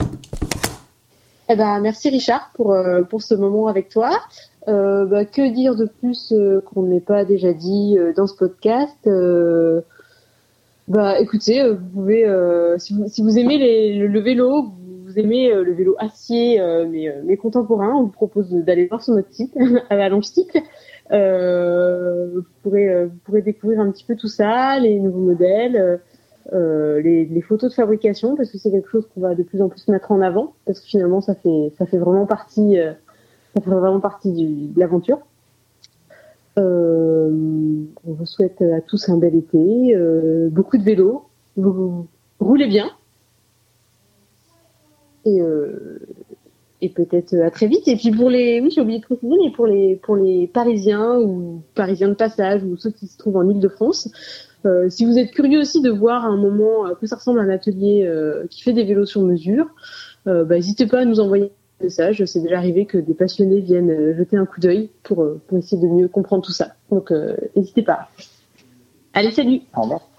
Eh ben, merci Richard pour ce moment avec toi. Que dire de plus qu'on n'ait pas déjà dit dans ce podcast écoutez, vous pouvez, si vous aimez le vélo, vous aimez le vélo acier mais contemporain, on vous propose d'aller voir sur notre site à l'Ansticle. Vous pourrez découvrir un petit peu tout ça, les nouveaux modèles, les photos de fabrication, parce que c'est quelque chose qu'on va de plus en plus mettre en avant, parce que finalement ça fait vraiment partie de l'aventure. On vous souhaite à tous un bel été, beaucoup de vélos, vous roulez bien et peut-être à très vite. Et puis j'ai oublié de préciser, mais pour les Parisiens ou Parisiens de passage ou ceux qui se trouvent en Île-de-France, si vous êtes curieux aussi de voir à un moment à quoi ça ressemble un atelier qui fait des vélos sur mesure, n'hésitez pas à nous envoyer un message. C'est déjà arrivé que des passionnés viennent jeter un coup d'œil pour essayer de mieux comprendre tout ça. Donc n'hésitez pas. Allez, salut. Au revoir.